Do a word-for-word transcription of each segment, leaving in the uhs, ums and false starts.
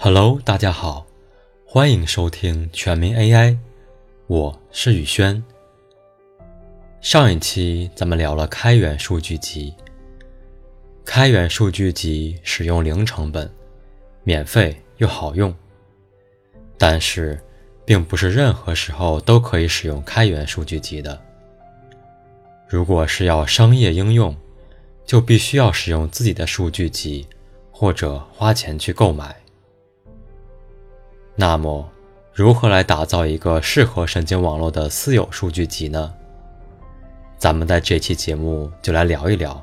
Hello， 大家好，欢迎收听全民 A I， 我是宇轩。上一期咱们聊了开源数据集，开源数据集使用零成本，免费又好用，但是并不是任何时候都可以使用开源数据集的。如果是要商业应用，就必须要使用自己的数据集，或者花钱去购买。那么，如何来打造一个适合神经网络的私有数据集呢？咱们在这期节目就来聊一聊。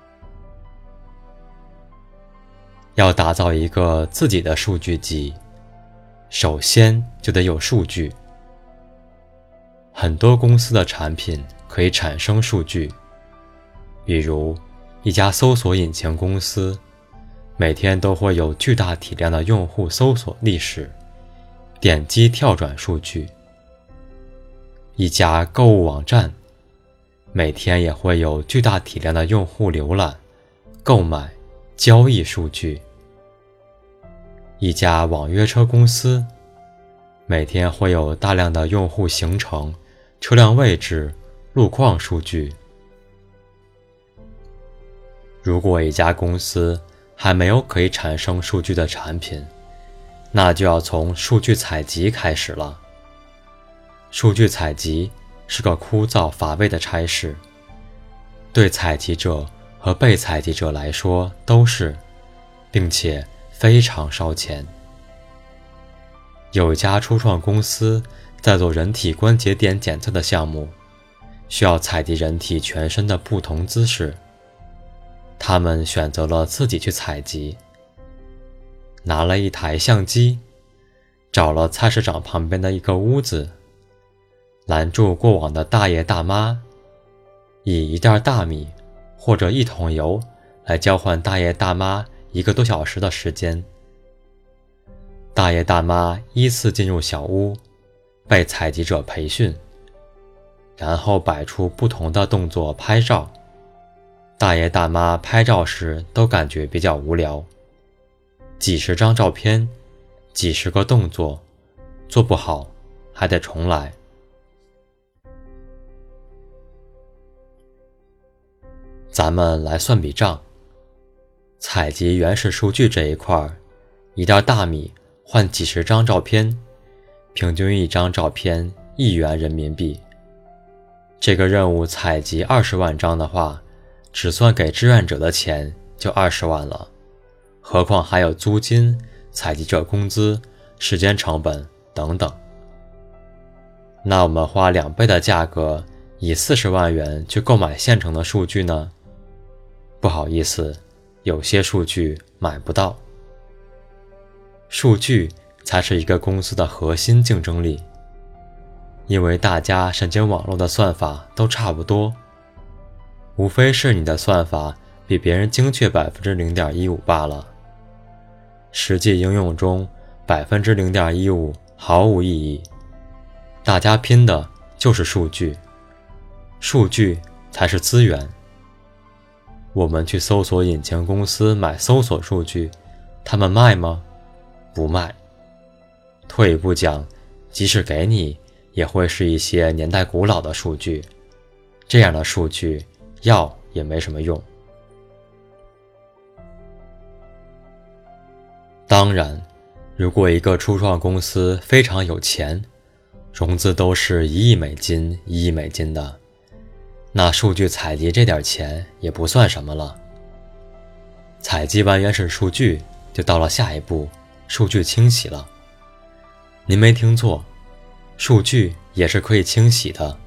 要打造一个自己的数据集，首先就得有数据。很多公司的产品可以产生数据，比如一家搜索引擎公司，每天都会有巨大体量的用户搜索历史、点击跳转数据。一家购物网站，每天也会有巨大体量的用户浏览、购买、交易数据。一家网约车公司，每天会有大量的用户行程、车辆位置、路况数据。如果一家公司还没有可以产生数据的产品，那就要从数据采集开始了。数据采集是个枯燥乏味的差事，对采集者和被采集者来说都是，并且非常烧钱。有一家初创公司在做人体关节点检测的项目，需要采集人体全身的不同姿势。他们选择了自己去采集，拿了一台相机，找了菜市场旁边的一个屋子，拦住过往的大爷大妈，以一袋大米或者一桶油来交换大爷大妈一个多小时的时间。大爷大妈依次进入小屋，被采集者培训，然后摆出不同的动作拍照。大爷大妈拍照时都感觉比较无聊，几十张照片，几十个动作，做不好还得重来。咱们来算笔账，采集原始数据这一块，一袋大米换几十张照片，平均一张照片一元人民币。这个任务采集二十万张的话，只算给志愿者的钱就二十万了，何况还有租金、采集者工资、时间成本等等。那我们花两倍的价格，以四十万元去购买现成的数据呢？不好意思，有些数据买不到。数据才是一个公司的核心竞争力，因为大家神经网络的算法都差不多，无非是你的算法比别人精确 百分之零点一五 罢了。实际应用中 百分之零点一五 毫无意义，大家拼的就是数据，数据才是资源。我们去搜索引擎公司买搜索数据，他们卖吗？不卖。退一步讲，即使给你，也会是一些年代古老的数据，这样的数据要也没什么用。当然，如果一个初创公司非常有钱，融资都是一亿美金、一亿美金的，那数据采集这点钱也不算什么了。采集完原始数据，就到了下一步，数据清洗了。您没听错，数据也是可以清洗的。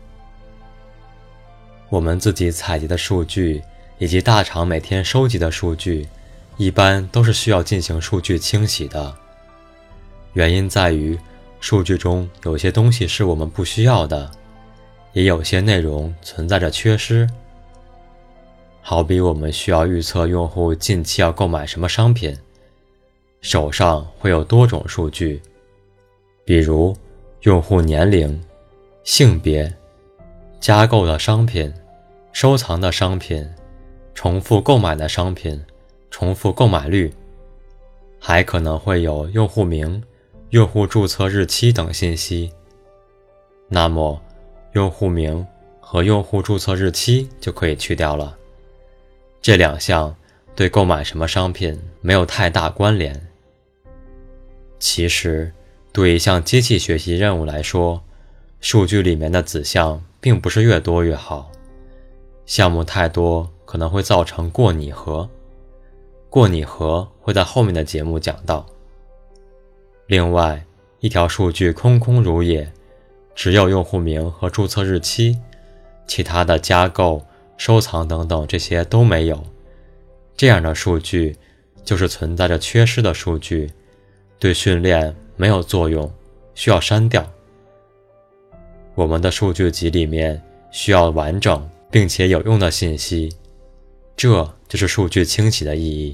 我们自己采集的数据以及大厂每天收集的数据，一般都是需要进行数据清洗的。原因在于，数据中有些东西是我们不需要的，也有些内容存在着缺失。好比我们需要预测用户近期要购买什么商品，手上会有多种数据，比如用户年龄、性别、加购的商品、收藏的商品、重复购买的商品、重复购买率。 还可能会有用户名、用户注册日期等信息。那么，用户名和用户注册日期就可以去掉了。这两项对购买什么商品没有太大关联。其实，对一项机器学习任务来说，数据里面的子项并不是越多越好，项目太多可能会造成过拟合，过拟合会在后面的节目讲到。另外，一条数据空空如也，只有用户名和注册日期，其他的加购、收藏等等这些都没有，这样的数据就是存在着缺失的数据，对训练没有作用，需要删掉。我们的数据集里面需要完整并且有用的信息，这就是数据清洗的意义。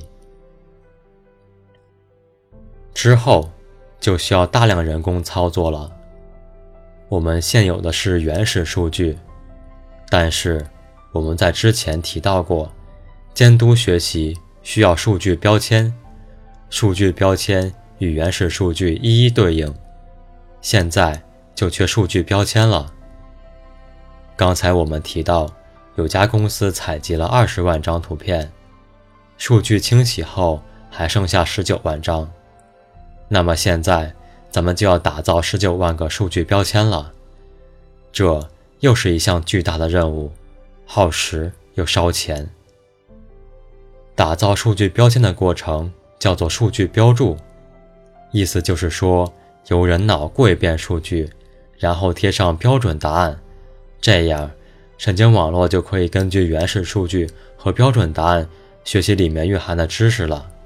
之后就需要大量人工操作了。我们现有的是原始数据，但是我们在之前提到过，监督学习需要数据标签，数据标签与原始数据一一对应，现在就缺数据标签了。刚才我们提到，有家公司采集了二十万张图片，数据清洗后还剩下十九万张。那么现在咱们就要打造十九万个数据标签了，这又是一项巨大的任务，耗时又烧钱。打造数据标签的过程叫做数据标注，意思就是说由人脑过一遍数据，然后贴上标准答案，这样神经网络就可以根据原始数据和标准答案学习里面蕴含的知识了。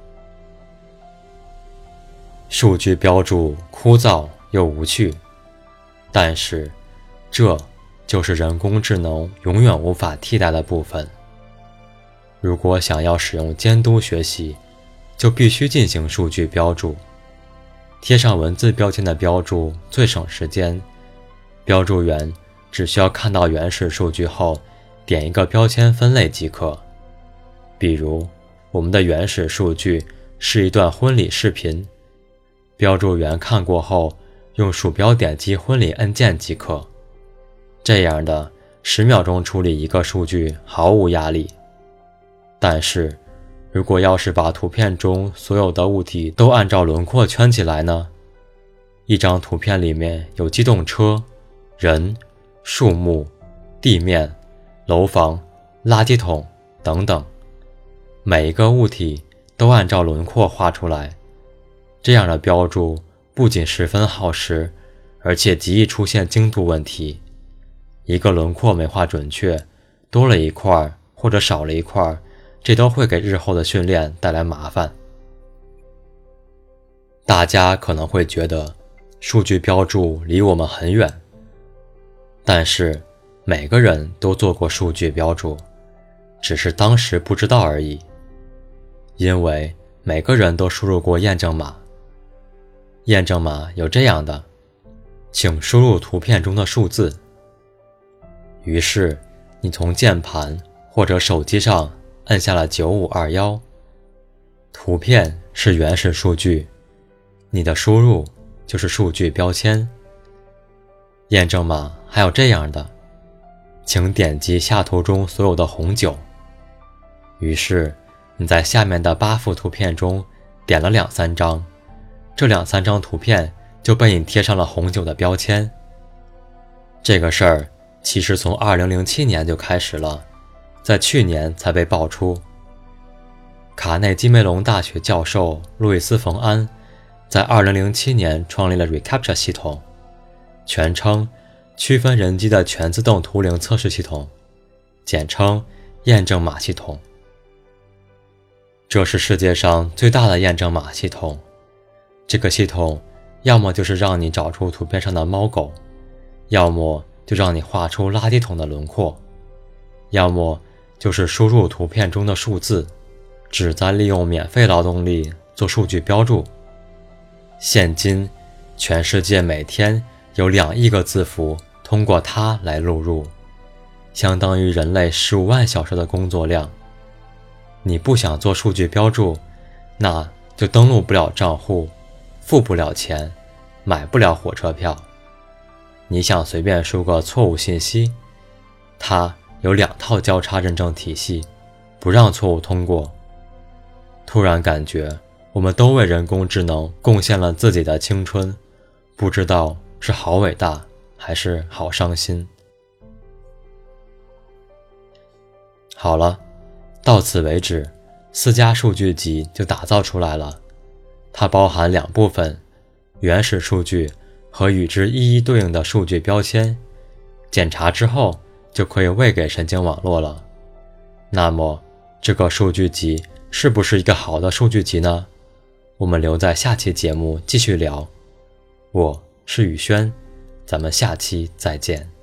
数据标注枯燥又无趣，但是这就是人工智能永远无法替代的部分。如果想要使用监督学习，就必须进行数据标注。贴上文字标签的标注最省时间，标注员只需要看到原始数据后，点一个标签分类即可。比如，我们的原始数据是一段婚礼视频，标注员看过后，用鼠标点击婚礼按键即可。这样的十秒钟处理一个数据毫无压力。但是，如果要是把图片中所有的物体都按照轮廓圈起来呢？一张图片里面有机动车、人、树木、地面、楼房、垃圾桶等等，每一个物体都按照轮廓画出来。这样的标注不仅十分耗时，而且极易出现精度问题。一个轮廓没画准确，多了一块或者少了一块，这都会给日后的训练带来麻烦。大家可能会觉得数据标注离我们很远，但是每个人都做过数据标注，只是当时不知道而已。因为每个人都输入过验证码。验证码有这样的，请输入图片中的数字。于是你从键盘或者手机上按下了九五二一，图片是原始数据，你的输入就是数据标签。验证码还有这样的，请点击下图中所有的红九。于是你在下面的八幅图片中点了两三张，这两三张图片就被你贴上了红酒的标签。这个事儿其实从二零零七年就开始了，在去年才被爆出。卡内基梅隆大学教授路易斯·冯安在二零零七年创立了 ReCAPTCHA 系统，全称区分人机的全自动图灵测试系统，简称验证码系统。这是世界上最大的验证码系统。这个系统要么就是让你找出图片上的猫狗，要么就让你画出垃圾桶的轮廓，要么就是输入图片中的数字，旨在利用免费劳动力做数据标注。现今，全世界每天有两亿个字符通过它来录入，相当于人类十五万小时的工作量。你不想做数据标注，那就登录不了账户，付不了钱，买不了火车票。你想随便输个错误信息，它有两套交叉认证体系，不让错误通过。突然感觉我们都为人工智能贡献了自己的青春，不知道是好伟大还是好伤心。好了，到此为止，私家数据集就打造出来了。它包含两部分，原始数据和与之一一对应的数据标签，检查之后就可以喂给神经网络了。那么这个数据集是不是一个好的数据集呢？我们留在下期节目继续聊。我是宇轩，咱们下期再见。